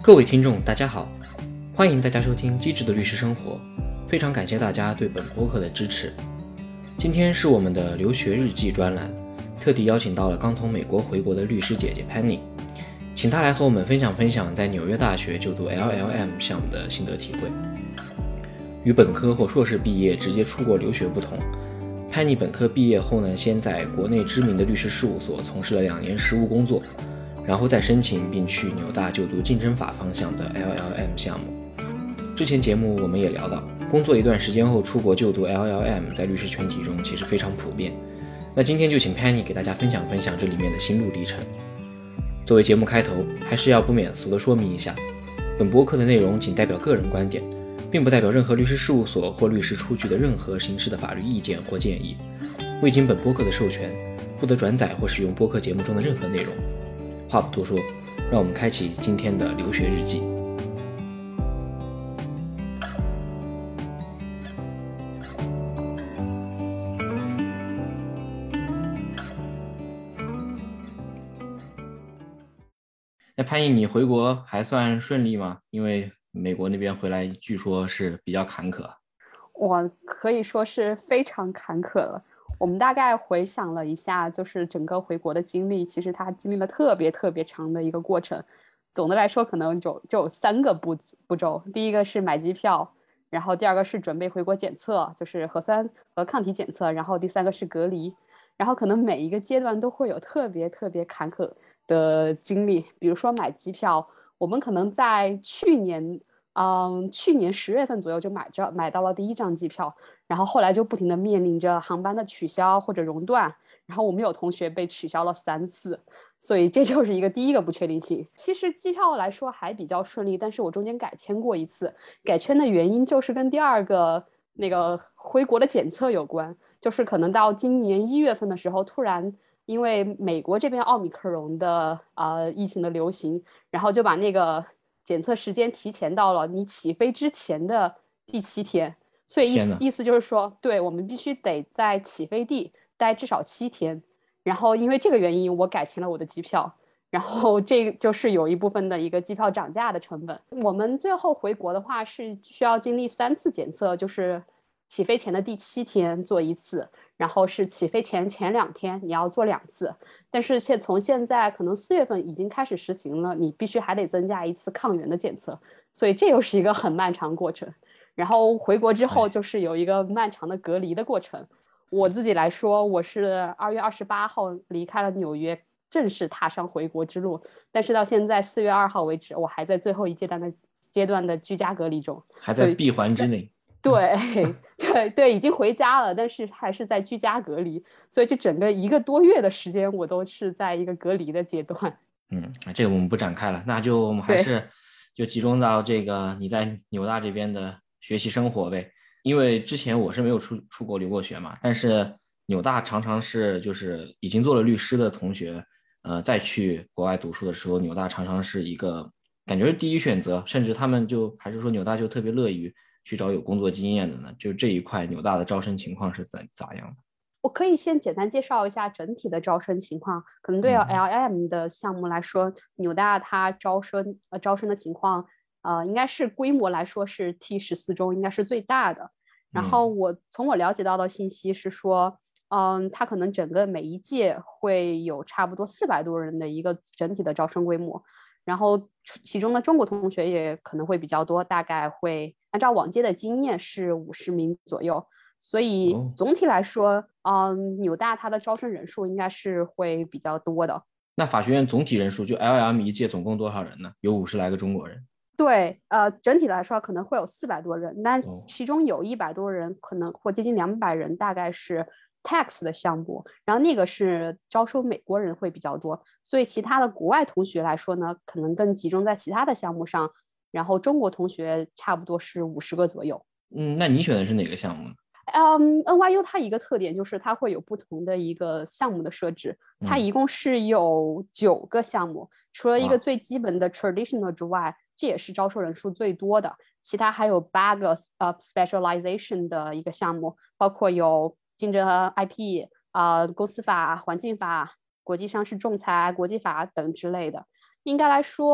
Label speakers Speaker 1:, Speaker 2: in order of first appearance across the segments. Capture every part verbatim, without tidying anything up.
Speaker 1: 各位听众大家好，欢迎大家收听机智的律师生活，非常感谢大家对本播客的支持。今天是我们的留学日记专栏，特地邀请到了刚从美国回国的律师姐姐 Penny， 请她来和我们分享分享在纽约大学就读 L L M 项目的心得体会。与本科或硕士毕业直接出国留学不同， Penny 本科毕业后呢，先在国内知名的律师事务所从事了两年实务工作，然后再申请并去纽大就读竞争法方向的 L L M 项目。之前节目我们也聊到，工作一段时间后出国就读 L L M 在律师群体中其实非常普遍。那今天就请 Penny 给大家分享分享这里面的心路历程。作为节目开头，还是要不免俗的说明一下，本播客的内容仅代表个人观点，并不代表任何律师事务所或律师出具的任何形式的法律意见或建议，未经本播客的授权，不得转载或使用播客节目中的任何内容。话不多说，让我们开启今天的留学日记。那潘毅，你回国还算顺利吗？因为美国那边回来据说是比较坎坷。
Speaker 2: 我可以说是非常坎坷了。我们大概回想了一下，就是整个回国的经历，其实它经历了特别特别长的一个过程。总的来说，可能就就有三个步步骤。第一个是买机票，然后第二个是准备回国检测，就是核酸和抗体检测，然后第三个是隔离。然后可能每一个阶段都会有特别特别坎坷的经历。比如说买机票，我们可能在去年嗯，去年十月份左右就买着买到了第一张机票，然后后来就不停的面临着航班的取消或者熔断，然后我们有同学被取消了三次，所以这就是一个第一个不确定性。其实机票来说还比较顺利，但是我中间改签过一次，改签的原因就是跟第二个那个回国的检测有关，就是可能到今年一月份的时候，突然因为美国这边奥密克戎的呃疫情的流行，然后就把那个检测时间提前到了你起飞之前的第七天，所以意意思就是说，对，我们必须得在起飞地待至少七天。然后因为这个原因，我改签了我的机票，然后这就是有一部分的一个机票涨价的成本。我们最后回国的话是需要经历三次检测，就是起飞前的第七天做一次，然后是起飞前前两天你要做两次，但是现从现在可能四月份已经开始实行了，你必须还得增加一次抗原的检测，所以这又是一个很漫长过程。然后回国之后就是有一个漫长的隔离的过程。我自己来说，我是二月二十八号离开了纽约，正式踏上回国之路，但是到现在四月二号为止，我还在最后一阶段的阶段的居家隔离中，
Speaker 1: 还在闭环之内。
Speaker 2: 对对对，已经回家了，但是还是在居家隔离，所以这整个一个多月的时间，我都是在一个隔离的阶段。
Speaker 1: 嗯，这个我们不展开了，那就我们还是就集中到这个你在纽大这边的学习生活呗。因为之前我是没有出出国留过学嘛，但是纽大常常是就是已经做了律师的同学，呃，再去国外读书的时候，纽大常常是一个感觉是第一选择，甚至他们就还是说纽大就特别乐于去找有工作经验的呢？就这一块纽大的招生情况是怎咋样的？
Speaker 2: 我可以先简单介绍一下整体的招生情况。可能对 L L M 的项目来说，嗯、纽大它招生呃招生的情况，呃，应该是规模来说是 T 十四中应该是最大的。然后我从我了解到的信息是说，嗯，它可能整个每一届会有差不多四百多人的一个整体的招生规模。然后其中的中国同学也可能会比较多，大概会按照往届的经验是五十名左右。所以总体来说，嗯，纽大它的招生人数应该是会比较多的。
Speaker 1: 那法学院总体人数就 L L M 一届总共多少人呢？有五十来个中国人。
Speaker 2: 对，呃，整体来说可能会有四百多人，但其中有一百多人，可能或接近两百人，大概是 tax 的项目，然后那个是招收美国人会比较多，所以其他的国外同学来说呢，可能更集中在其他的项目上，然后中国同学差不多是五十个左右。
Speaker 1: 嗯，那你选的是哪个项目呢？
Speaker 2: 嗯 ，N Y U 它一个特点就是它会有不同的一个项目的设置，它一共是有九个项目，嗯、除了一个最基本的 traditional 之外，这也是招收人数最多的。其他还有八个呃 specialization 的一个项目，包括有竞争 I P 啊、呃、公司法、环境法、国际商事仲裁、国际法等之类的。应该来说，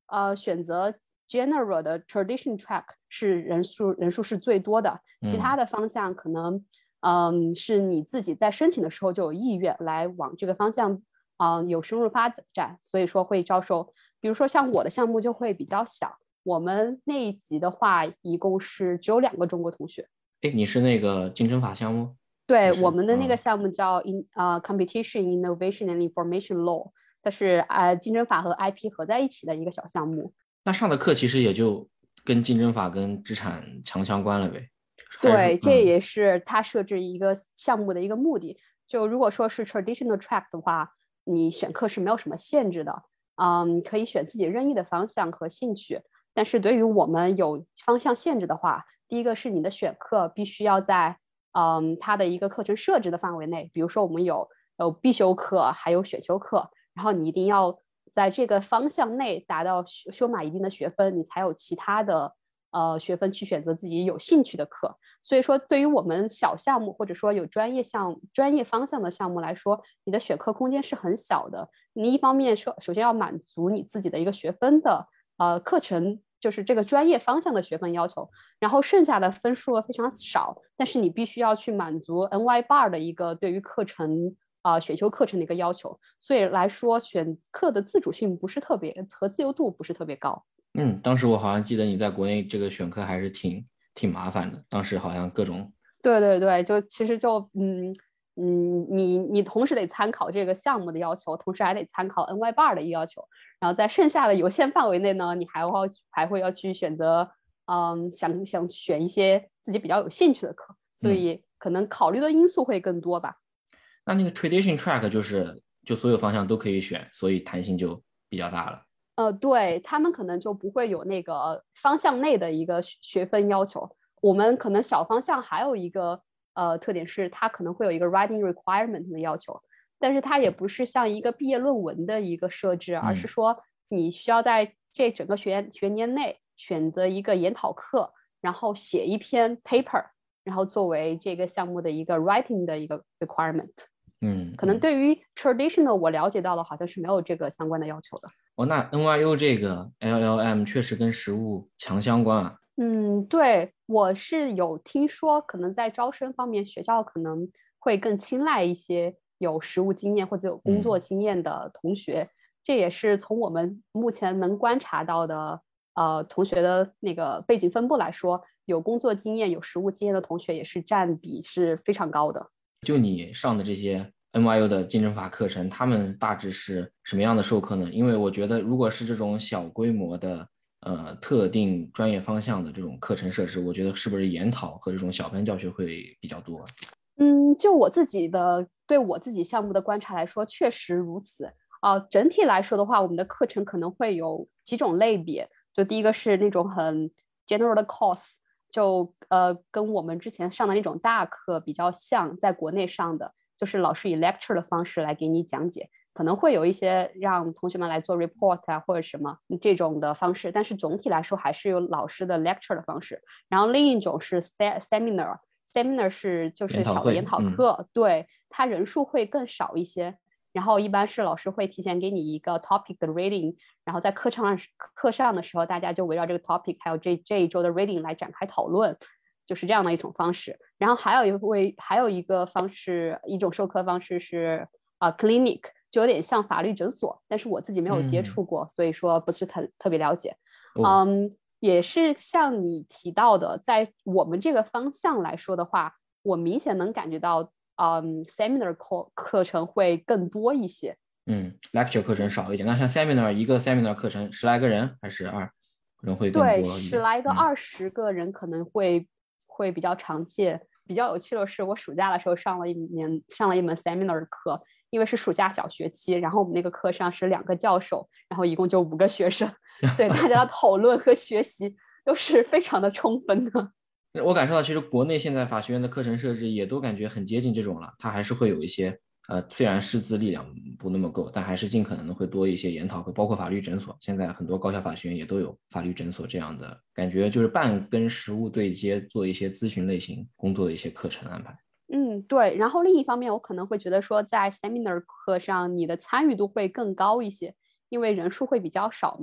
Speaker 2: 呃选择 general 的 tradition track 是人数人数是最多的，其他的方向可能嗯是你自己在申请的时候就有意愿来往这个方向嗯、呃、有深入发展，所以说会招收。比如说像我的项目就会比较小，我们那一级的话一共是只有两个中国同学。
Speaker 1: 哎，你是那个竞争法项目？
Speaker 2: 对，我们的那个项目叫 in 呃、uh, Competition Innovation and Information Law， 它是呃竞争法和 I P 合在一起的一个小项目。
Speaker 1: 那上的课其实也就跟竞争法跟资产强相关了呗。
Speaker 2: 对，
Speaker 1: 嗯、
Speaker 2: 这也是它设置一个项目的一个目的。就如果说是 traditional track 的话，你选课是没有什么限制的，嗯，可以选自己任意的方向和兴趣。但是对于我们有方向限制的话，第一个是你的选课必须要在嗯，它的一个课程设置的范围内，比如说我们有有必修课，还有选修课，然后你一定要在这个方向内达到修修满一定的学分，你才有其他的呃学分去选择自己有兴趣的课。所以说，对于我们小项目或者说有专业项专业方向的项目来说，你的选课空间是很小的。你一方面首首先要满足你自己的一个学分的呃课程。就是这个专业方向的学分要求，然后剩下的分数非常少，但是你必须要去满足 N Y bar 的一个对于课程啊、呃、选修课程的一个要求，所以来说选课的自主性不是特别和自由度不是特别高。
Speaker 1: 嗯，当时我好像记得你在国内这个选课还是挺挺麻烦的，当时好像各种
Speaker 2: 对对对，就其实就嗯嗯，你你同时得参考这个项目的要求，同时还得参考 N Y bar 的一个要求，然后在剩下的有限范围内呢，你还会还会要去选择，嗯，想想选一些自己比较有兴趣的课，所以可能考虑的因素会更多吧。
Speaker 1: 嗯、那那个 tradition track 就是就所有方向都可以选，所以弹性就比较大了。
Speaker 2: 呃，对，他们可能就不会有那个方向内的一个学分要求。我们可能小方向还有一个呃特点是，它可能会有一个 writing requirement 的要求，但是它也不是像一个毕业论文的一个设置，而是说你需要在这整个学学年内选择一个研讨课，然后写一篇 paper，然后作为这个项目的一个 writing 的一个 requirement。
Speaker 1: 嗯，
Speaker 2: 可能对于 traditional 我了解到的好像是没有这个相关的要求的。
Speaker 1: 哦，那 N Y U 这个 L L M 确实跟实务强相关啊。
Speaker 2: 嗯，对，我是有听说，可能在招生方面，学校可能会更青睐一些有实务经验或者有工作经验的同学。嗯、这也是从我们目前能观察到的，呃，同学的那个背景分布来说，有工作经验、有实务经验的同学也是占比是非常高的。
Speaker 1: 就你上的这些 N Y U 的竞争法课程，他们大致是什么样的授课呢？因为我觉得，如果是这种小规模的。呃，特定专业方向的这种课程设置，我觉得是不是研讨和这种小班教学会比较多？
Speaker 2: 嗯，就我自己的对我自己项目的观察来说，确实如此啊、呃。整体来说的话，我们的课程可能会有几种类别。就第一个是那种很 general 的 course，就呃跟我们之前上的那种大课比较像，在国内上的，就是老师以 lecture 的方式来给你讲解。可能会有一些让同学们来做 report 啊，或者什么这种的方式，但是总体来说还是有老师的 lecture 的方式。然后另一种是 seminar，seminar 是就是小的研讨课，嗯、对，它人数会更少一些。然后一般是老师会提前给你一个 topic 的 reading，然后在课上课上的时候，大家就围绕这个 topic 还有这这一周的 reading 来展开讨论，就是这样的一种方式。然后还有一位还有一个方式，一种授课方式是啊、uh, clinic。就有点像法律诊所，但是我自己没有接触过，嗯、所以说不是特特别了解。哦、嗯，也是像你提到的，在我们这个方向来说的话，我明显能感觉到，嗯 ，seminar 课课程会更多一些。
Speaker 1: 嗯 ，lecture 课程少一点。那像 seminar 一个 seminar 课程十来个人还是二人会更多一点？
Speaker 2: 对，十来个、二十个人可能会、嗯、会比较常见。比较有趣的是，我暑假的时候上了一年上了一门 seminar 的课。因为是暑假小学期，然后我们那个课上是两个教授，然后一共就五个学生，所以大家的讨论和学习都是非常的充分的。
Speaker 1: 我感受到，其实国内现在法学院的课程设置也都感觉很接近这种了，它还是会有一些呃，虽然师资力量不那么够，但还是尽可能的会多一些研讨会，包括法律诊所。现在很多高校法学院也都有法律诊所这样的感觉，就是半跟实务对接，做一些咨询类型工作的一些课程安排。
Speaker 2: 嗯，对。然后另一方面，我可能会觉得说，在 seminar 课上，你的参与度会更高一些，因为人数会比较少嘛。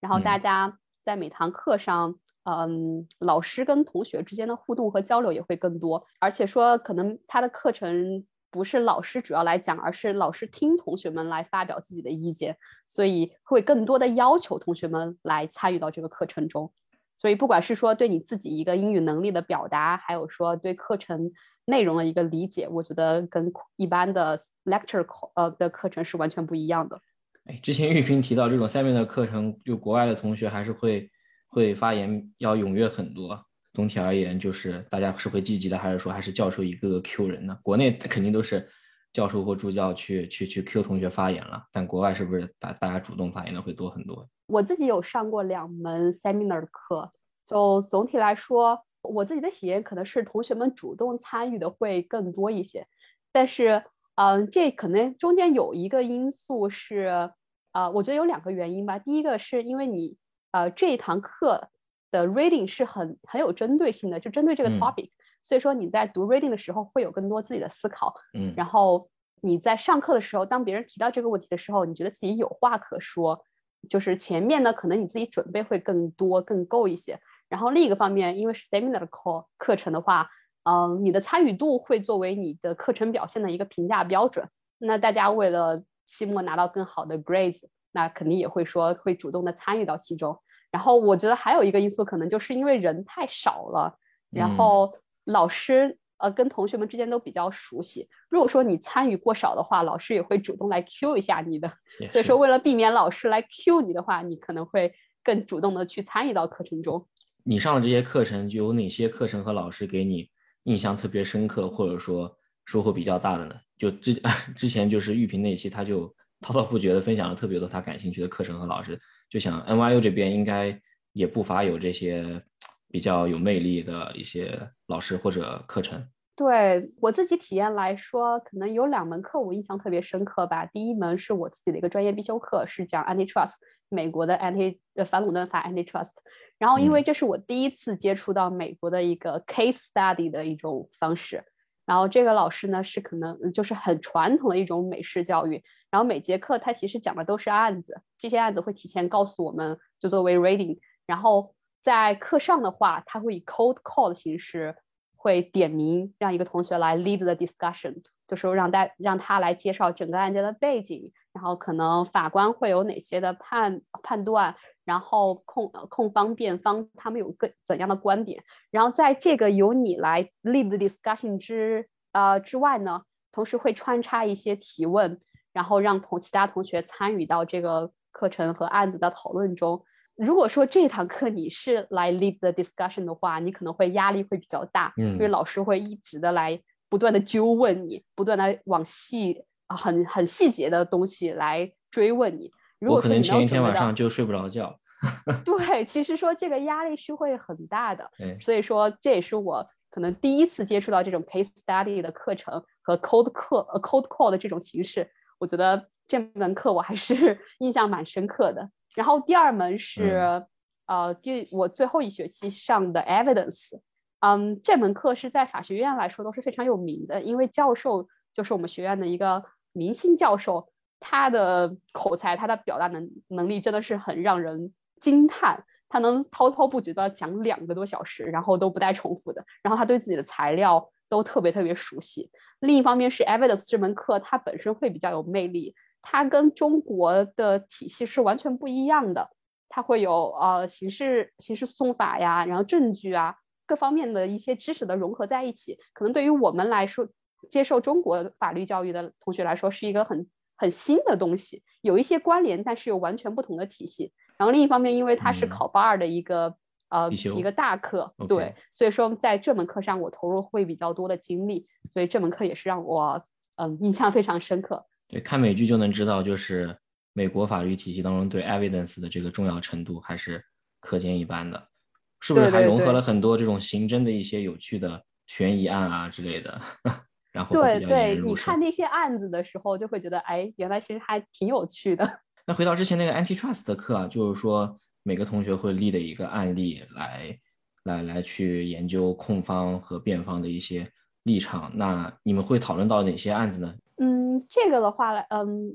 Speaker 2: 然后大家在每堂课上，嗯，老师跟同学之间的互动和交流也会更多，而且说可能他的课程不是老师主要来讲，而是老师听同学们来发表自己的意见，所以会更多的要求同学们来参与到这个课程中。所以不管是说对你自己一个英语能力的表达，还有说对课程内容的一个理解，我觉得跟一般的 lecture 呃的课程是完全不一样的。
Speaker 1: 哎，之前玉萍提到这种 seminar 课程，就国外的同学还是会会发言要踊跃很多。总体而言，就是大家是会积极的，还是说还是教授一个个 Q 人呢？国内肯定都是教授或助教去去去 Q 同学发言了，但国外是不是大大家主动发言的会多很多？
Speaker 2: 我自己有上过两门 seminar 的课，就总体来说，我自己的体验可能是同学们主动参与的会更多一些，但是，嗯、呃，这可能中间有一个因素是，呃，我觉得有两个原因吧。第一个是因为你，呃，这一堂课的 reading 是很很有针对性的，就针对这个 topic，、嗯、所以说你在读 reading 的时候会有更多自己的思考，
Speaker 1: 嗯，
Speaker 2: 然后你在上课的时候，当别人提到这个问题的时候，你觉得自己有话可说。就是前面呢，可能你自己准备会更多、更够一些。然后另一个方面，因为是 seminar 的课课程的话，嗯、呃，你的参与度会作为你的课程表现的一个评价标准。那大家为了期末拿到更好的 grades， 那肯定也会说会主动的参与到其中。然后我觉得还有一个因素，可能就是因为人太少了，然后老师。呃，跟同学们之间都比较熟悉。如果说你参与过少的话，老师也会主动来 Q 一下你的。所以说，为了避免老师来 Q 你的话，你可能会更主动的去参与到课程中。
Speaker 1: 你上的这些课程，就有哪些课程和老师给你印象特别深刻，或者说收获比较大的呢？就之之前就是玉萍那期，他就滔滔不绝的分享了特别多他感兴趣的课程和老师。就想 N Y U 这边应该也不乏有这些比较有魅力的一些老师或者课程。
Speaker 2: 对我自己体验来说，可能有两门课我印象特别深刻吧。第一门是我自己的一个专业必修课，是讲 antitrust， 美国的 anti 反垄断法 antitrust。然后因为这是我第一次接触到美国的一个 case study 的一种方式。然后这个老师呢是可能就是很传统的一种美式教育。然后每节课他其实讲的都是案子，这些案子会提前告诉我们，就作为 reading。然后在课上的话，他会以 cold call 的形式。会点名让一个同学来 lead the discussion， 就是让大让他来介绍整个案件的背景，然后可能法官会有哪些的判判断，然后控控方辩方他们有个怎样的观点，然后在这个由你来 lead the discussion 之呃之外呢，同时会穿插一些提问，然后让同其他同学参与到这个课程和案子的讨论中。如果说这堂课你是来 lead the discussion 的话，你可能会压力会比较大，
Speaker 1: 嗯，
Speaker 2: 因为老师会一直的来不断的揪问你，不断的往细很很细节的东西来追问你。如果说你没有准备到，
Speaker 1: 我可能前一天晚上就睡不着觉。
Speaker 2: 对，其实说这个压力是会很大的，所以说这也是我可能第一次接触到这种 case study 的课程和 cold call cold call 的这种形式，我觉得这门课我还是印象蛮深刻的。然后第二门是、嗯、呃，就我最后一学期上的 evidence， 嗯，这门课是在法学院来说都是非常有名的，因为教授就是我们学院的一个明星教授，他的口才、他的表达能能力真的是很让人惊叹，他能滔滔不绝的讲两个多小时，然后都不带重复的，然后他对自己的材料都特别特别熟悉。另一方面是 evidence 这门课，它本身会比较有魅力。它跟中国的体系是完全不一样的，它会有呃刑事刑事诉讼法呀，然后证据啊各方面的一些知识的融合在一起，可能对于我们来说，接受中国法律教育的同学来说是一个很很新的东西，有一些关联，但是有完全不同的体系。然后另一方面，因为它是考八二的一个、嗯、呃一个大课，对， okay. 所以说在这门课上我投入会比较多的精力，所以这门课也是让我嗯印象非常深刻。
Speaker 1: 对，看美剧就能知道，就是美国法律体系当中对 evidence 的这个重要程度还是可见一斑的，是不是还融合了很多这种刑侦的一些有趣的悬疑案啊之类的？然后
Speaker 2: 对对，你看那些案子的时候，就会觉得，哎，原来其实还挺有趣的。
Speaker 1: 那回到之前那个 antitrust 的课啊，就是说每个同学会立的一个案例来来来去研究控方和辩方的一些立场，那你们会讨论到哪些案子呢？
Speaker 2: 嗯，这个的话，嗯，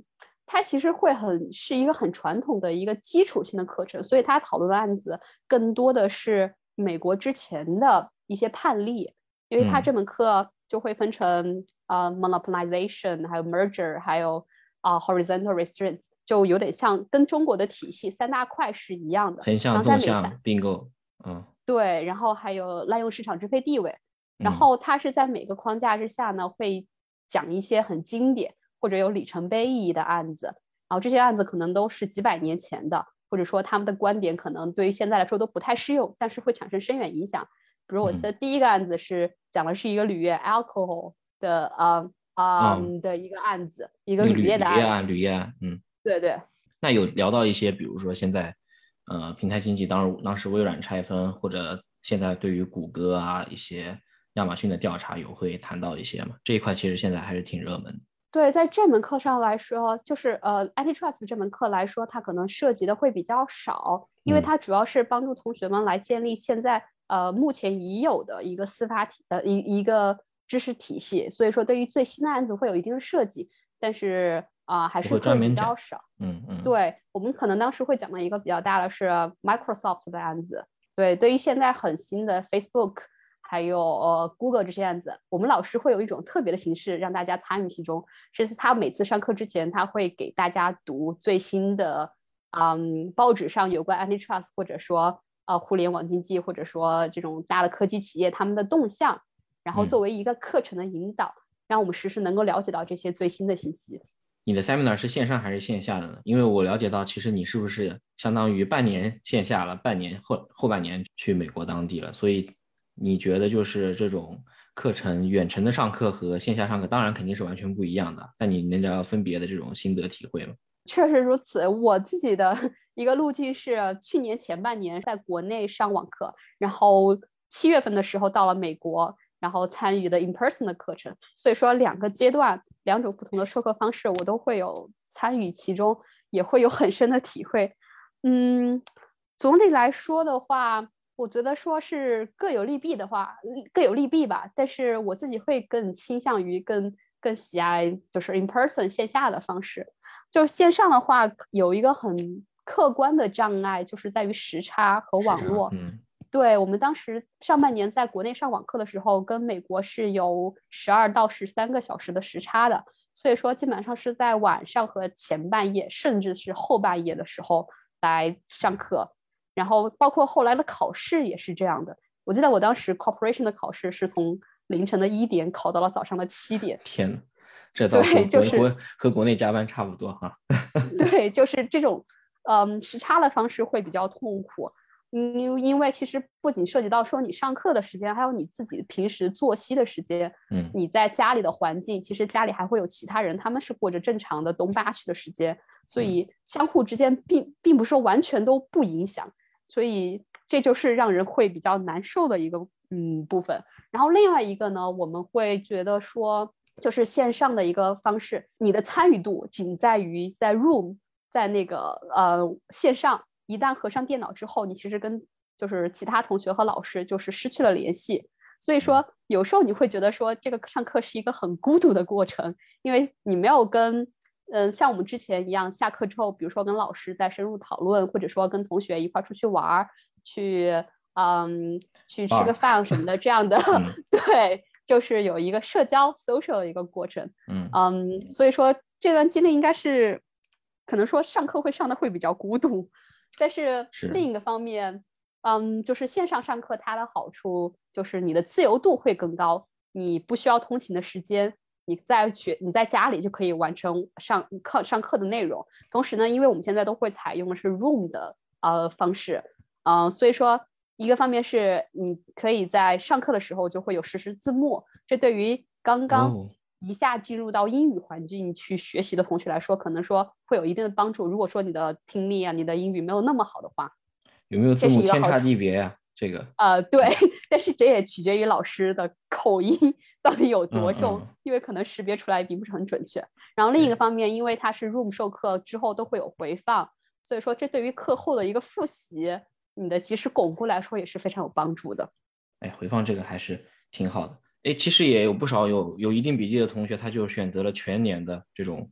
Speaker 2: 它其实会很是一个很传统的一个基础性的课程，所以它讨论的案子更多的是美国之前的一些判例，因为它这门课就会分成呃 monopolization， 还有 merger， 还有啊、呃、horizontal restraints， 就有点像跟中国的体系三大块是一样的，
Speaker 1: 横向、纵向并购，嗯，
Speaker 2: 对，然后还有滥用市场支配地位，然
Speaker 1: 嗯
Speaker 2: 后它是在每个框架之下呢，会讲一些很经典或者有里程碑意义的案子，然后这些案子可能都是几百年前的，或者说他们的观点可能对于现在来说都不太适用，但是会产生深远影响。比如我记得第一个案子是讲的是一个铝业 alcohol 的呃啊、呃
Speaker 1: 嗯
Speaker 2: 的一个案子，一个
Speaker 1: 那个
Speaker 2: 铝业的案子，
Speaker 1: 铝业案，铝业案，嗯，
Speaker 2: 对对。
Speaker 1: 那有聊到一些，比如说现在，呃，平台经济当时当时微软拆分，或者现在对于谷歌啊一些亚马逊的调查，有会谈到一些吗？这一块其实现在还是挺热门的。
Speaker 2: 对，在这门课上来说，就是呃，antitrust 这门课来说，它可能涉及的会比较少，因为它主要是帮助同学们来建立现在呃目前已有的一个司法体呃一一个知识体系，所以说对于最新的案子会有一定的设计，但是啊、呃、还
Speaker 1: 不会
Speaker 2: 是课比
Speaker 1: 专门讲，
Speaker 2: 较少。
Speaker 1: 嗯嗯，
Speaker 2: 对，我们可能当时会讲的一个比较大的是 Microsoft 的案子，对，对于现在很新的 Facebook。还有呃 Google 这些案子，我们老师会有一种特别的形式让大家参与其中，是他每次上课之前，他会给大家读最新的嗯报纸上有关 antitrust 或者说呃互联网经济或者说这种大的科技企业他们的动向，然后作为一个课程的引导，嗯、让我们实时能够了解到这些最新的信息。
Speaker 1: 你的 seminar 是线上还是线下的呢？因为我了解到，其实你是不是相当于半年线下了，半年后后半年去美国当地了，所以。你觉得就是这种课程远程的上课和线下上课，当然肯定是完全不一样的。但你能聊分别的这种心得体会吗？
Speaker 2: 确实如此，我自己的一个路径是去年前半年在国内上网课，然后七月份的时候到了美国，然后参与的 in person 的课程。所以说两个阶段，两种不同的授课方式，我都会有参与其中，也会有很深的体会。嗯，总体来说的话。我觉得说是各有利弊的话，各有利弊吧。但是我自己会更倾向于更更喜爱就是 in person 线下的方式。就是线上的话，有一个很客观的障碍，就是在于时差和网络。
Speaker 1: 嗯，
Speaker 2: 对，我们当时上半年在国内上网课的时候，跟美国是有十二到十三个小时的时差的，所以说基本上是在晚上和前半夜，甚至是后半夜的时候来上课。然后包括后来的考试也是这样的。我记得我当时 corporation 的考试是从凌晨的一点考到了早上的七点。
Speaker 1: 天哪，这倒和国、就是、和国内加班差不多哈。
Speaker 2: 对，就是这种嗯时差的方式会比较痛苦。嗯，因为其实不仅涉及到说你上课的时间，还有你自己平时作息的时间。
Speaker 1: 嗯，
Speaker 2: 你在家里的环境，其实家里还会有其他人，他们是过着正常的东八区的时间，所以相互之间并并不是说完全都不影响。所以这就是让人会比较难受的一个嗯部分。然后另外一个呢，我们会觉得说，就是线上的一个方式，你的参与度仅在于在 Room， 在那个呃线上，一旦合上电脑之后，你其实跟就是其他同学和老师就是失去了联系。所以说，有时候你会觉得说，这个上课是一个很孤独的过程，因为你没有跟。嗯，像我们之前一样，下课之后，比如说跟老师在深入讨论，或者说跟同学一块出去玩，去嗯去吃个饭什么的，这样的，
Speaker 1: 嗯、
Speaker 2: 对，就是有一个社交 social 的一个过程。
Speaker 1: 嗯
Speaker 2: 嗯，所以说这段经历应该是可能说上课会上的会比较孤独，但是另一个方面，嗯，就是线上上课它的好处就是你的自由度会更高，你不需要通勤的时间。你在学你在家里就可以完成上课上课的内容，同时呢，因为我们现在都会采用的是 Room 的呃方式，嗯、呃，所以说一个方面是你可以在上课的时候就会有实时字幕，这对于刚刚一下进入到英语环境去学习的同学来说，可能说会有一定的帮助。如果说你的听力啊、你的英语没有那么好的话，
Speaker 1: 有没有字幕天差地别呀、啊？这个
Speaker 2: 呃，对，但是这也取决于老师的口音到底有多重，
Speaker 1: 嗯嗯、
Speaker 2: 因为可能识别出来并不是很准确。然后另一个方面，因为它是 Room 授课之后都会有回放，所以说这对于课后的一个复习，你的及时巩固来说也是非常有帮助的。
Speaker 1: 哎，回放这个还是挺好的。哎，其实也有不少有有一定比例的同学，他就选择了全年的这种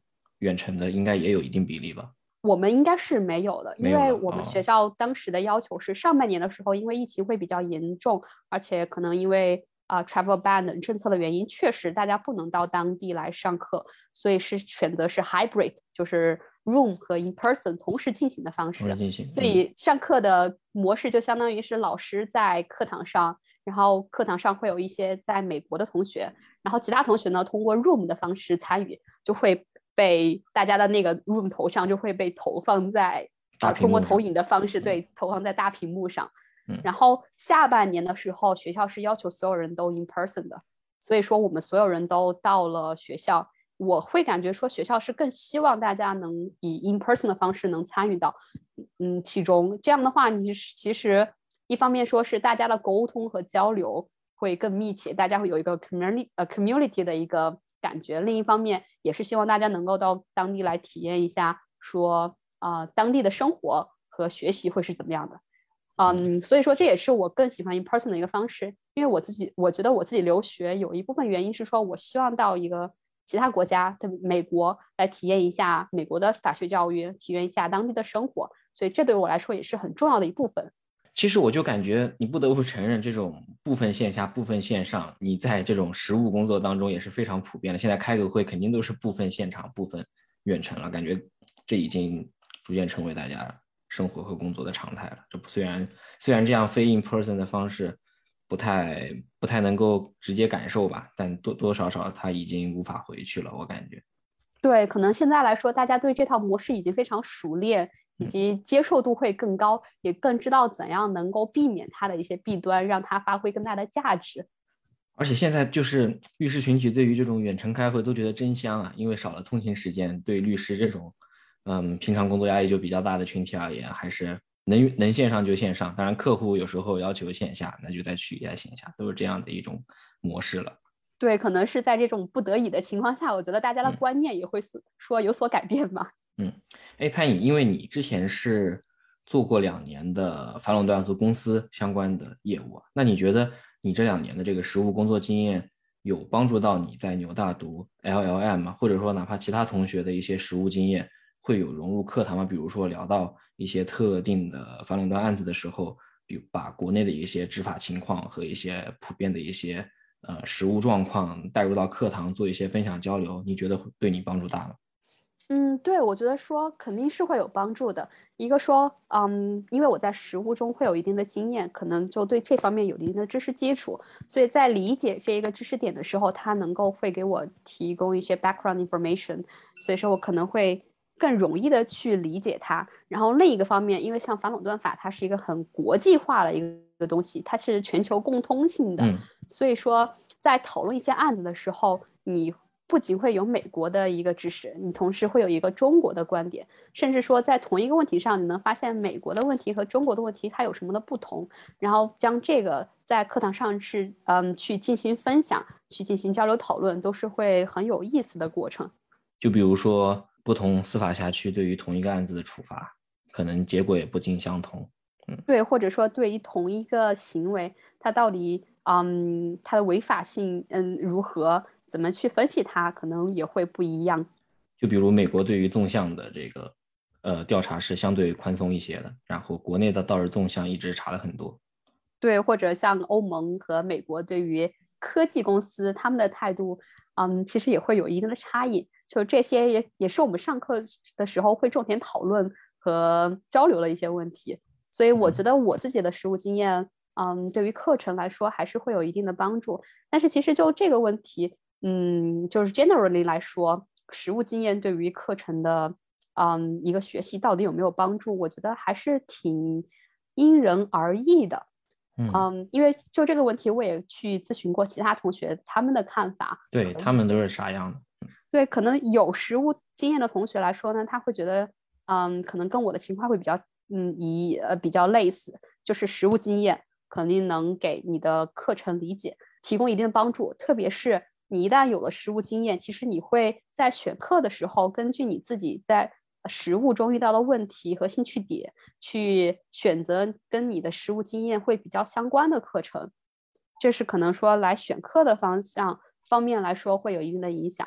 Speaker 1: 远程的，应该也有一定比例吧？
Speaker 2: 我们应该是没有的，因
Speaker 1: 没有了
Speaker 2: 为我们学校当时的要求是上半年的时候，因为疫情会比较严重，而且可能因为啊、呃 travel ban 等政策的原因，确实大家不能到当地来上课，所以是选择是 hybrid， 就是 room 和 in person 同时进行的方式。
Speaker 1: 进行，
Speaker 2: 所以上课的模式就相当于是老师在课堂上，然后课堂上会有一些在美国的同学，然后其他同学呢通过 room 的方式参与，就会被大家的那个 room 头上就会被投放在啊、呃、通过投影的方式、嗯、对投放在大屏幕上、嗯。然后下半年的时候，学校是要求所有人都 in person 的，所以说我们所有人都到了学校。我会感觉说学校是更希望大家能以 in person 的方式能参与到嗯其中，这样的话你其实一方面说是大家的沟通和交流会更密切，大家会有一个 community 呃 community 的一个感觉，另一方面也是希望大家能够到当地来体验一下说啊、呃、当地的生活和学习会是怎么样的。嗯，所以说这也是我更喜欢 in person 的一个方式，因为我自己我觉得我自己留学有一部分原因是说我希望到一个其他国家的美国来体验一下美国的法学教育，体验一下当地的生活，所以这对我来说也是很重要的一部分。
Speaker 1: 其实我就感觉你不得不承认，这种部分线下部分线上，你在这种实务工作当中也是非常普遍的。现在开个会肯定都是部分现场部分远程了，感觉这已经逐渐成为大家生活和工作的常态了。这虽然虽然这样非 in person 的方式不太不太能够直接感受吧，但多多少少它已经无法回去了，我感觉。
Speaker 2: 对，可能现在来说，大家对这套模式已经非常熟练，以及接受度会更高，嗯、也更知道怎样能够避免它的一些弊端，让它发挥更大的价值。
Speaker 1: 而且现在就是律师群体对于这种远程开会都觉得真香啊，因为少了通勤时间，对律师这种嗯平常工作压力就比较大的群体而言，还是能能线上就线上。当然，客户有时候要求线下，那就再去一下线下，都是这样的一种模式了。
Speaker 2: 对，可能是在这种不得已的情况下，我觉得大家的观念也会说有所改变吧。
Speaker 1: 嗯，哎，潘颖，因为你之前是做过两年的反垄断和公司相关的业务，那你觉得你这两年的这个实务工作经验有帮助到你在纽大读 L L M 吗？或者说哪怕其他同学的一些实务经验会有融入课堂吗？比如说聊到一些特定的反垄断案子的时候，比如把国内的一些执法情况和一些普遍的一些呃实务状况带入到课堂做一些分享交流，你觉得对你帮助大吗？
Speaker 2: 嗯，对，我觉得说肯定是会有帮助的。一个说，嗯，因为我在实务中会有一定的经验，可能就对这方面有一定的知识基础，所以在理解这一个知识点的时候，它能够会给我提供一些 background information，所以说我可能会更容易的去理解它。然后另一个方面，因为像反垄断法，它是一个很国际化的一个东西，它是全球共通性的，
Speaker 1: 嗯、
Speaker 2: 所以说在讨论一些案子的时候，你不仅会有美国的一个知识，你同时会有一个中国的观点，甚至说在同一个问题上，你能发现美国的问题和中国的问题它有什么的不同，然后将这个在课堂上是嗯去进行分享，去进行交流讨论，都是会很有意思的过程。
Speaker 1: 就比如说不同司法辖区对于同一个案子的处罚，可能结果也不尽相同。嗯，
Speaker 2: 对，或者说对于同一个行为，它到底嗯它的违法性嗯如何？怎么去分析它，可能也会不一样。
Speaker 1: 就比如美国对于纵向的这个呃调查是相对宽松一些的，然后国内的倒是纵向一直查了很多。
Speaker 2: 对，或者像欧盟和美国对于科技公司他们的态度，嗯，其实也会有一定的差异。就这些也也是我们上课的时候会重点讨论和交流的一些问题。所以我觉得我自己的实务经验，嗯，对于课程来说还是会有一定的帮助。但是其实就这个问题，嗯，就是 generally 来说，实务经验对于课程的，嗯，一个学习到底有没有帮助，我觉得还是挺因人而异的。
Speaker 1: 嗯,
Speaker 2: 嗯，因为就这个问题，我也去咨询过其他同学他们的看法。
Speaker 1: 对，他们都是啥样的？
Speaker 2: 对，可能有实务经验的同学来说呢，他会觉得，嗯，可能跟我的情况会比较，嗯，一呃比较类似，就是实务经验肯定能给你的课程理解提供一定的帮助，特别是你一旦有了实务经验，其实你会在选课的时候，根据你自己在实务中遇到的问题和兴趣点，去选择跟你的实务经验会比较相关的课程，这是可能说来选课的方向方面来说会有一定的影响。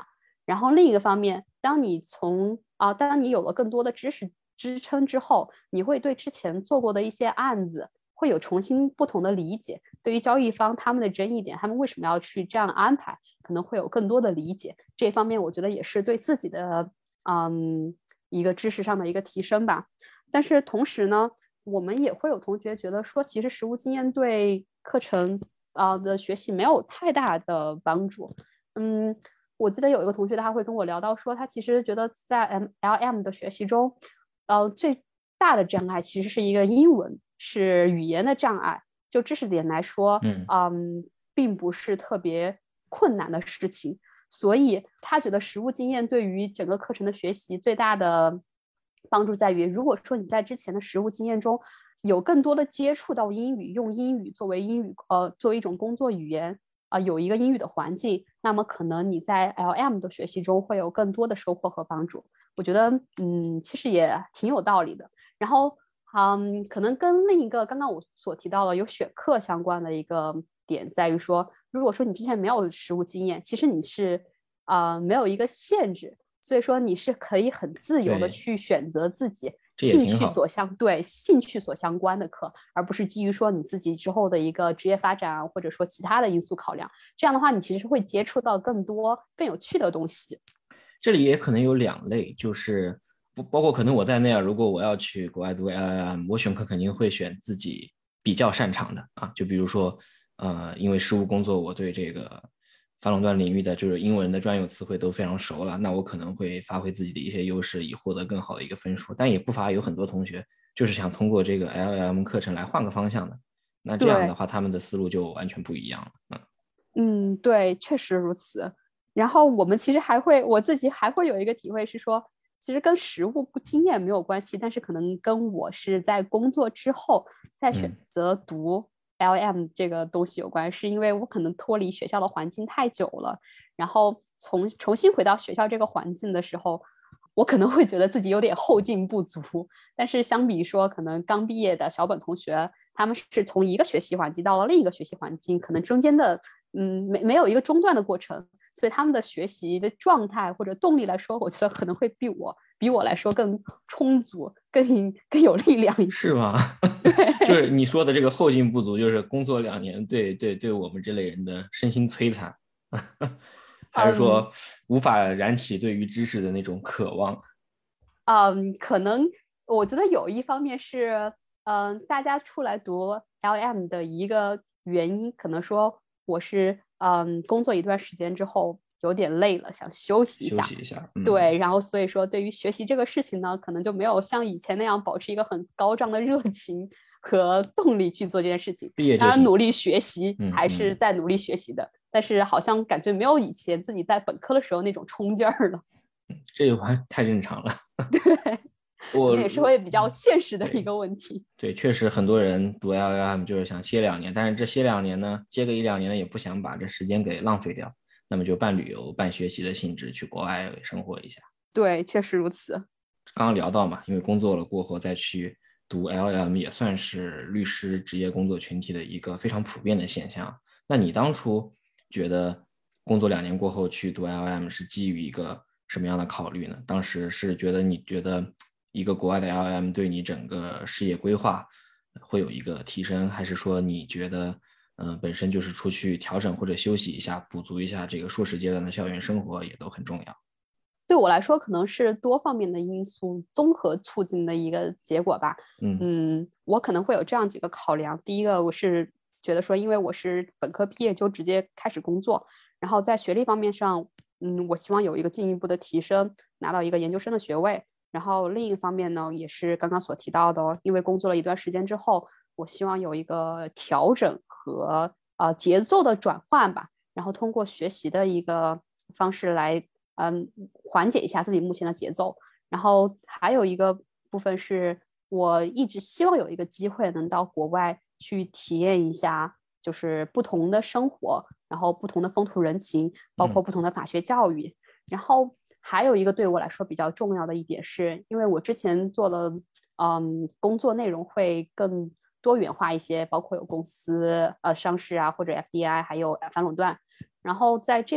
Speaker 2: 然后另一个方面，当你从啊、呃，当你有了更多的知识支撑之后，你会对之前做过的一些案子会有重新不同的理解。对于交易方他们的争议点，他们为什么要去这样安排，可能会有更多的理解。这方面我觉得也是对自己的嗯一个知识上的一个提升吧。但是同时呢，我们也会有同学觉得说，其实实务经验对课程啊、呃、的学习没有太大的帮助。嗯，我记得有一个同学他会跟我聊到说，他其实觉得在 L M 的学习中，呃，最大的障碍其实是一个英文，是语言的障碍。就知识点来说，
Speaker 1: 嗯
Speaker 2: 嗯，并不是特别困难的事情。所以他觉得实务经验对于整个课程的学习最大的帮助在于，如果说你在之前的实务经验中有更多的接触到英语，用英语作为英语呃作为一种工作语言啊、呃，有一个英语的环境，那么可能你在 L M 的学习中会有更多的收获和帮助。我觉得嗯，其实也挺有道理的。然后嗯，可能跟另一个刚刚我所提到的有选课相关的一个点在于说，如果说你之前没有实务经验，其实你是啊、呃、没有一个限制，所以说你是可以很自由的
Speaker 1: 对，
Speaker 2: 去选择自己
Speaker 1: 这也
Speaker 2: 兴
Speaker 1: 挺好。
Speaker 2: 趣所相对兴趣所相关的课，而不是基于说你自己之后的一个职业发展啊，或者说其他的因素考量。这样的话，你其实会接触到更多更有趣的东西。
Speaker 1: 这里也可能有两类，就是不包括可能我在内啊，如果我要去国外读 L L M，我选课肯定会选自己比较擅长的啊，就比如说呃，因为实务工作，我对这个反垄断领域的就是英文的专有词汇都非常熟了，那我可能会发挥自己的一些优势，以获得更好的一个分数。但也不乏有很多同学就是想通过这个 L L M 课程来换个方向的，那这样的
Speaker 2: 对，
Speaker 1: 话，他们的思路就完全不一样了。嗯
Speaker 2: 嗯，对，确实如此。然后我们其实还会，我自己还会有一个体会是说，其实跟实务经验没有关系，但是可能跟我是在工作之后再选
Speaker 1: 嗯
Speaker 2: 择读 L M 这个东西有关，是因为我可能脱离学校的环境太久了，然后从重新回到学校这个环境的时候，我可能会觉得自己有点后劲不足。但是相比说，可能刚毕业的小本同学，他们是从一个学习环境到了另一个学习环境，可能中间的嗯没没有一个中断的过程，所以他们的学习的状态或者动力来说，我觉得可能会比我比我来说更充足、更更有力量一些。
Speaker 1: 是吗？就是你说的这个后劲不足，就是工作两年对对对我们这类人的身心摧残，还是
Speaker 2: 嗯
Speaker 1: 说无法燃起对于知识的那种渴望？
Speaker 2: 嗯，可能我觉得有一方面是，嗯，大家出来读 L M 的一个原因，可能说我是嗯工作一段时间之后有点累了，想休息一下。
Speaker 1: 休息一下，嗯，
Speaker 2: 对，然后所以说对于学习这个事情呢，可能就没有像以前那样保持一个很高涨的热情和动力去做这件事情。当然，
Speaker 1: 毕业就行，
Speaker 2: 努力学习还是
Speaker 1: 嗯嗯，
Speaker 2: 在努力学习的，但是好像感觉没有以前自己在本科的时候那种冲劲儿了。
Speaker 1: 这句话太正常了。
Speaker 2: 可
Speaker 1: 我
Speaker 2: 能也是会比较现实的一
Speaker 1: 对
Speaker 2: 个问题。
Speaker 1: 对，确实很多人读 L L M 就是想歇两年，但是这歇两年呢，歇个一两年呢，也不想把这时间给浪费掉，那么就半旅游、半学习的性质去国外生活一下。
Speaker 2: 对，确实如此。
Speaker 1: 刚刚聊到嘛，因为工作了过后再去读 L L M 也算是律师职业工作群体的一个非常普遍的现象。那你当初觉得工作两年过后去读 L L M 是基于一个什么样的考虑呢？当时是觉得你觉得一个国外的 L L M 对你整个事业规划会有一个提升，还是说你觉得嗯、呃、本身就是出去调整或者休息一下，补足一下这个硕士阶段的校园生活也都很重要？
Speaker 2: 对我来说，可能是多方面的因素综合促进的一个结果吧。
Speaker 1: 嗯
Speaker 2: 嗯，我可能会有这样几个考量。第一个，我是觉得说，因为我是本科毕业就直接开始工作，然后在学历方面上，嗯，我希望有一个进一步的提升，拿到一个研究生的学位。然后另一方面呢，也是刚刚所提到的哦，因为工作了一段时间之后，我希望有一个调整和呃节奏的转换吧，然后通过学习的一个方式来。嗯，缓解一下自己目前的节奏。然后还有一个部分是我一直希望有一个机会能到国外去体验一下，就是不同的生活，然后不同的风土人情，包括
Speaker 1: 嗯
Speaker 2: 不同的法学教育。然后还有一个对我来说比较重要的一点是，因为我之前做的嗯工作内容会更多元化一些，包括有公司呃上市啊，或者 F D I，还有反垄断。然后在这个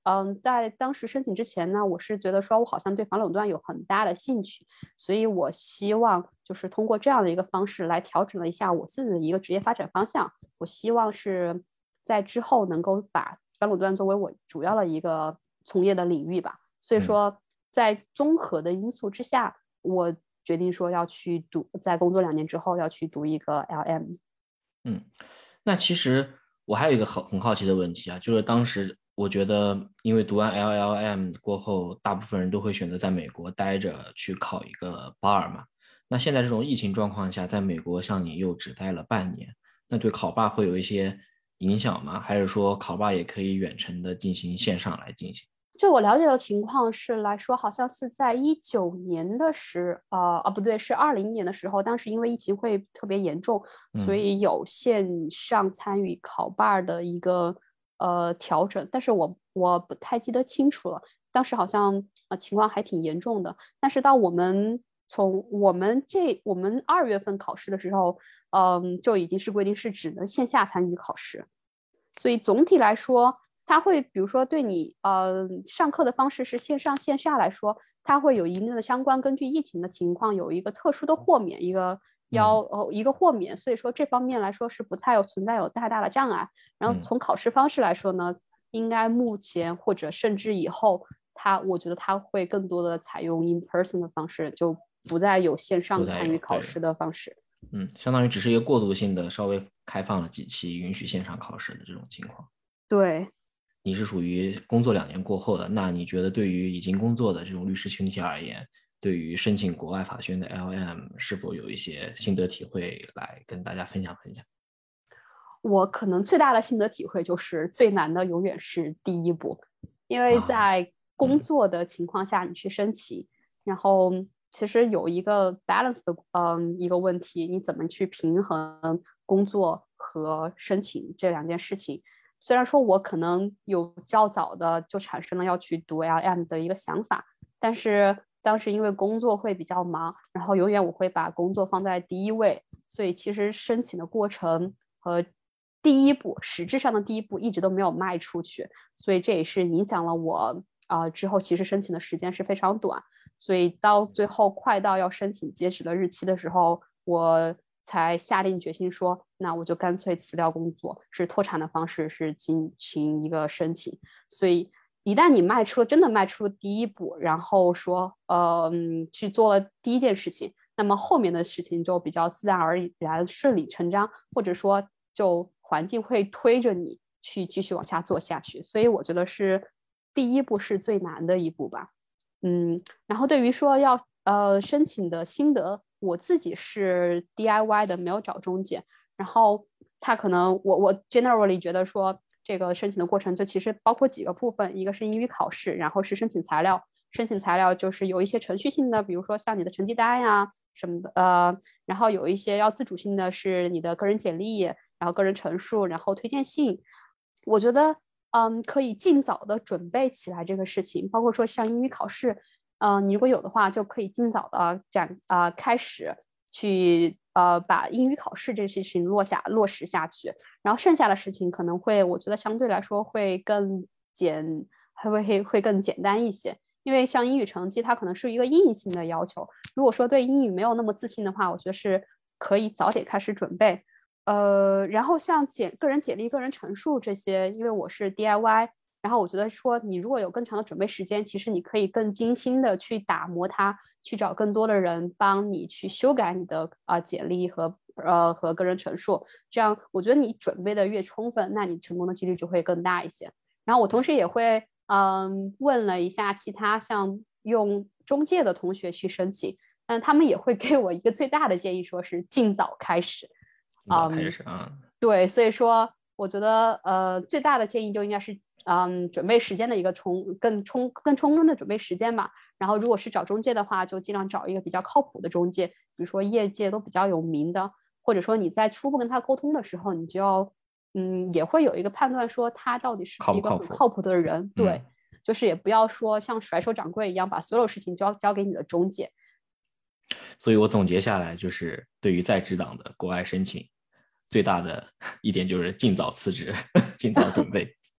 Speaker 2: 嗯，在当时申请之前呢，我是觉得说我好像对反垄断有很大的兴趣，所以我希望就是通过这样的一个方式来调整了一下我自己的一个职业发展方向。我希望是在之后能够把反垄断作为我主要的一个从业的领域吧。所以说，在综合的因素之下，我决定说要去读，在工作两年之后要去读一个 L M。
Speaker 1: 嗯，那其实我还有一个很很好奇的问题啊，就是当时我觉得，因为读完 L L M 过后，大部分人都会选择在美国待着去考一个 bar 嘛。那现在这种疫情状况下，在美国像你又只待了半年，那对考 bar 会有一些影响吗？还是说考 bar 也可以远程的进行线上来进行？
Speaker 2: 就我了解的情况是来说，好像是在一九年的时，呃，啊不对，是二零年的时候，当时因为疫情会特别严重，所以有线上参与考 bar 的一个呃调整，但是我我不太记得清楚了。当时好像呃情况还挺严重的，但是到我们从我们这我们二月份考试的时候，嗯，就已经是规定是只能线下参与考试，所以总体来说。它会比如说对你呃上课的方式是线上线下来说，它会有一定的相关，根据疫情的情况有一个特殊的豁免，一个要呃一个豁免，所以说这方面来说是不太有存在有太大的障碍。然后从考试方式来说呢，应该目前或者甚至以后，它我觉得它会更多的采用 in person 的方式，就不再有线上参与考试的方式。
Speaker 1: 嗯，相当于只是一个过渡性的，稍微开放了几期，允许线上考试的这种情况。
Speaker 2: 对。
Speaker 1: 你是属于工作两年过后的，那你觉得对于已经工作的这种律师群体而言，对于申请国外法学院的 L M 是否有一些心得体会来跟大家分享分享？
Speaker 2: 我可能最大的心得体会就是最难的永远是第一步，因为在工作的情况下你去申请，啊嗯、然后其实有一个 balance 的嗯一个问题，你怎么去平衡工作和申请这两件事情？虽然说我可能有较早的就产生了要去读 L M 的一个想法，但是当时因为工作会比较忙，然后永远我会把工作放在第一位，所以其实申请的过程和第一步实质上的第一步一直都没有迈出去，所以这也是影响了我啊、呃、之后其实申请的时间是非常短，所以到最后快到要申请截止的日期的时候，我才下定决心说，那我就干脆辞掉工作，是脱产的方式，是进行一个申请。所以一旦你迈出了真的迈出了第一步，然后说，呃，去做了第一件事情，那么后面的事情就比较自然而然、顺理成章，或者说就环境会推着你去继续往下做下去。所以我觉得是第一步是最难的一步吧。嗯，然后对于说要呃申请的心得。我自己是 D I Y 的，没有找中介。然后他可能我我 generally 觉得说，这个申请的过程就其实包括几个部分，一个是英语考试，然后是申请材料。申请材料就是有一些程序性的，比如说像你的成绩单呀什么的，呃，然后有一些要自主性的是你的个人简历，然后个人陈述，然后推荐信。我觉得，嗯，可以尽早的准备起来这个事情，包括说像英语考试。嗯、呃，你如果有的话，就可以尽早的展啊、呃、开始去呃把英语考试这些事情落下落实下去，然后剩下的事情可能会我觉得相对来说会更简会会会更简单一些，因为像英语成绩它可能是一个硬性的要求，如果说对英语没有那么自信的话，我觉得是可以早点开始准备。呃，然后像简个人简历、个人陈述这些，因为我是 D I Y。然后我觉得说，你如果有更长的准备时间，其实你可以更精心的去打磨它，去找更多的人帮你去修改你的啊、呃、简历和呃和个人陈述。这样，我觉得你准备的越充分，那你成功的几率就会更大一些。然后我同时也会嗯问了一下其他像用中介的同学去申请，但他们也会给我一个最大的建议，说是尽早开始。
Speaker 1: 尽早开始啊、嗯。
Speaker 2: 对，所以说我觉得呃最大的建议就应该是。嗯，准备时间的一个充更充更充分的准备时间吧。然后，如果是找中介的话，就尽量找一个比较靠谱的中介，比如说业界都比较有名的，或者说你在初步跟他沟通的时候，你就要嗯也会有一个判断，说他到底是一个很靠谱的人。
Speaker 1: 嗯、
Speaker 2: 对，就是也不要说像甩手掌柜一样把所有事情交交给你的中介。
Speaker 1: 所以我总结下来就是，对于在职党的国外申请，最大的一点就是尽早辞职，尽早准备。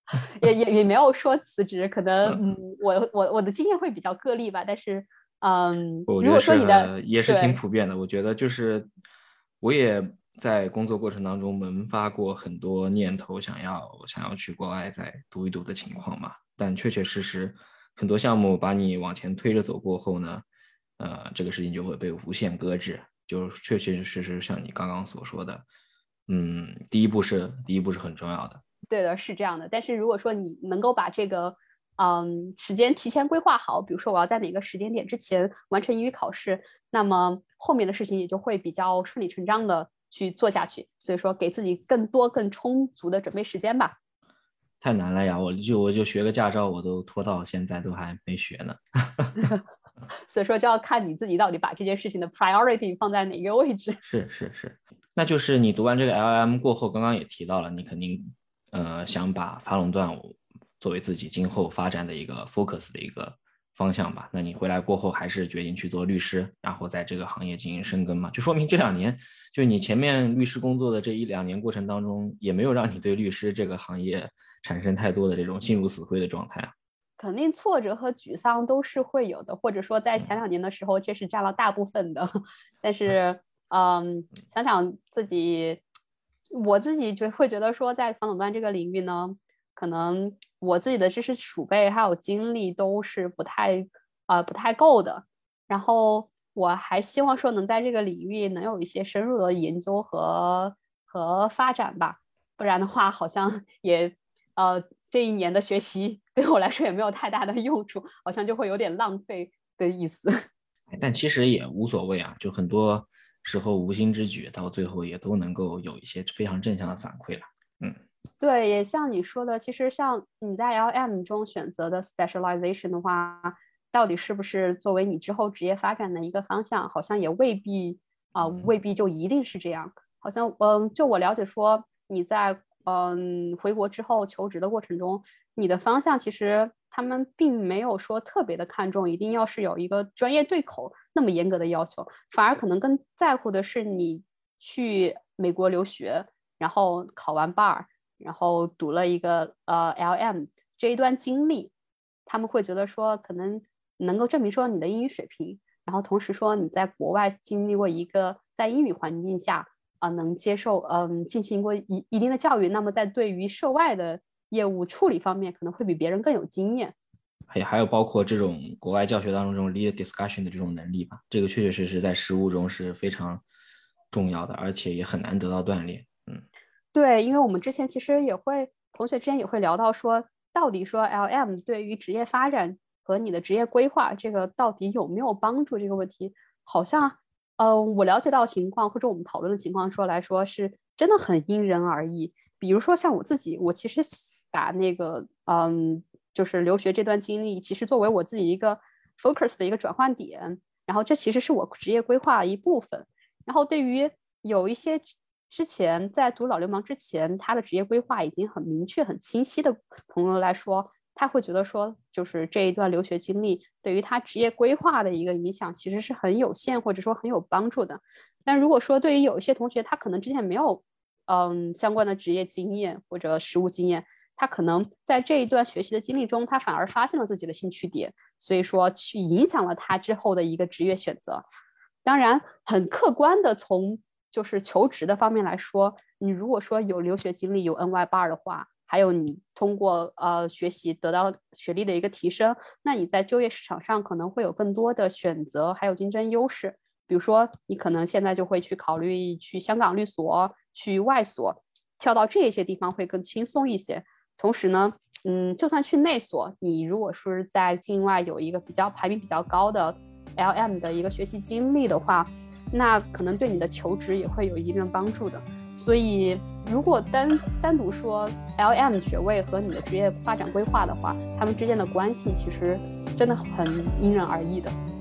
Speaker 2: 也也也没有说辞职，可能嗯，我我我的经验会比较个例吧，但是嗯，如果说你的
Speaker 1: 也是挺普遍的。我觉得就是我也在工作过程当中萌发过很多念头，想要想要去国外再读一读的情况嘛，但确确实实很多项目把你往前推着走过后呢，呃，这个事情就会被无限搁置，就确确实实像你刚刚所说的，嗯，第一步是第一步是很重要的。
Speaker 2: 对的，是这样的。但是如果说你能够把这个嗯时间提前规划好，比如说我要在哪个时间点之前完成英语考试，那么后面的事情也就会比较顺理成章的去做下去。所以说给自己更多更充足的准备时间吧。
Speaker 1: 太难了呀，我就我就学个驾照，我都拖到现在都还没学呢。
Speaker 2: 所以说就要看你自己到底把这件事情的 priority 放在哪个位置。
Speaker 1: 是是是，那就是你读完这个 L L M 过后，刚刚也提到了，你肯定呃想把法垄断作为自己今后发展的一个 focus 的一个方向吧。那你回来过后还是决定去做律师，然后在这个行业进行深耕嘛？就说明这两年，就你前面律师工作的这一两年过程当中，也没有让你对律师这个行业产生太多的这种心如死灰的状态啊。
Speaker 2: 肯定挫折和沮丧都是会有的，或者说在前两年的时候，这是占了大部分的。但是，嗯，想想自己，我自己就会觉得说，在反垄断这个领域呢，可能我自己的知识储备还有精力都是不太呃不太够的。然后我还希望说能在这个领域能有一些深入的研究和和发展吧，不然的话好像也呃这一年的学习对我来说也没有太大的用处，好像就会有点浪费的意思。
Speaker 1: 但其实也无所谓啊，就很多时候无心之举到最后也都能够有一些非常正向的反馈了。嗯，
Speaker 2: 对，也像你说的，其实像你在 L M 中选择的 specialization 的话，到底是不是作为你之后职业发展的一个方向，好像也未必啊、呃，未必就一定是这样。好像嗯，就我了解说，你在嗯回国之后求职的过程中，你的方向其实他们并没有说特别的看重，一定要是有一个专业对口那么严格的要求，反而可能更在乎的是你去美国留学，然后考完 bar。然后读了一个呃 L M 这一段经历，他们会觉得说可能能够证明说你的英语水平，然后同时说你在国外经历过一个在英语环境下啊、呃、能接受嗯、呃、进行过一一定的教育，那么在对于涉外的业务处理方面可能会比别人更有经验。
Speaker 1: 还还有包括这种国外教学当中这种 lead discussion 的这种能力吧，这个确确实实在实务中是非常重要的，而且也很难得到锻炼。嗯。
Speaker 2: 对，因为我们之前其实也会，同学之间也会聊到说，到底说 L M 对于职业发展和你的职业规划这个到底有没有帮助这个问题，好像，呃，我了解到情况或者我们讨论的情况说来说是真的很因人而异。比如说像我自己，我其实把那个，嗯，就是留学这段经历，其实作为我自己一个 focus 的一个转换点，然后这其实是我职业规划的一部分。然后对于有一些之前在读老流氓之前，他的职业规划已经很明确、很清晰的朋友来说，他会觉得说，就是这一段留学经历对于他职业规划的一个影响，其实是很有限或者说很有帮助的。但如果说对于有一些同学，他可能之前没有嗯相关的职业经验或者实务经验，他可能在这一段学习的经历中，他反而发现了自己的兴趣点，所以说去影响了他之后的一个职业选择。当然，很客观的从就是求职的方面来说，你如果说有留学经历有 N Y bar 的话，还有你通过呃学习得到学历的一个提升，那你在就业市场上可能会有更多的选择，还有竞争优势。比如说，你可能现在就会去考虑去香港律所、去外所，跳到这些地方会更轻松一些。同时呢，嗯，就算去内所，你如果是在境外有一个比较排名比较高的 L M 的一个学习经历的话，那可能对你的求职也会有一定帮助的。所以如果单单独说 L M 学位和你的职业发展规划的话，他们之间的关系其实真的很因人而异的。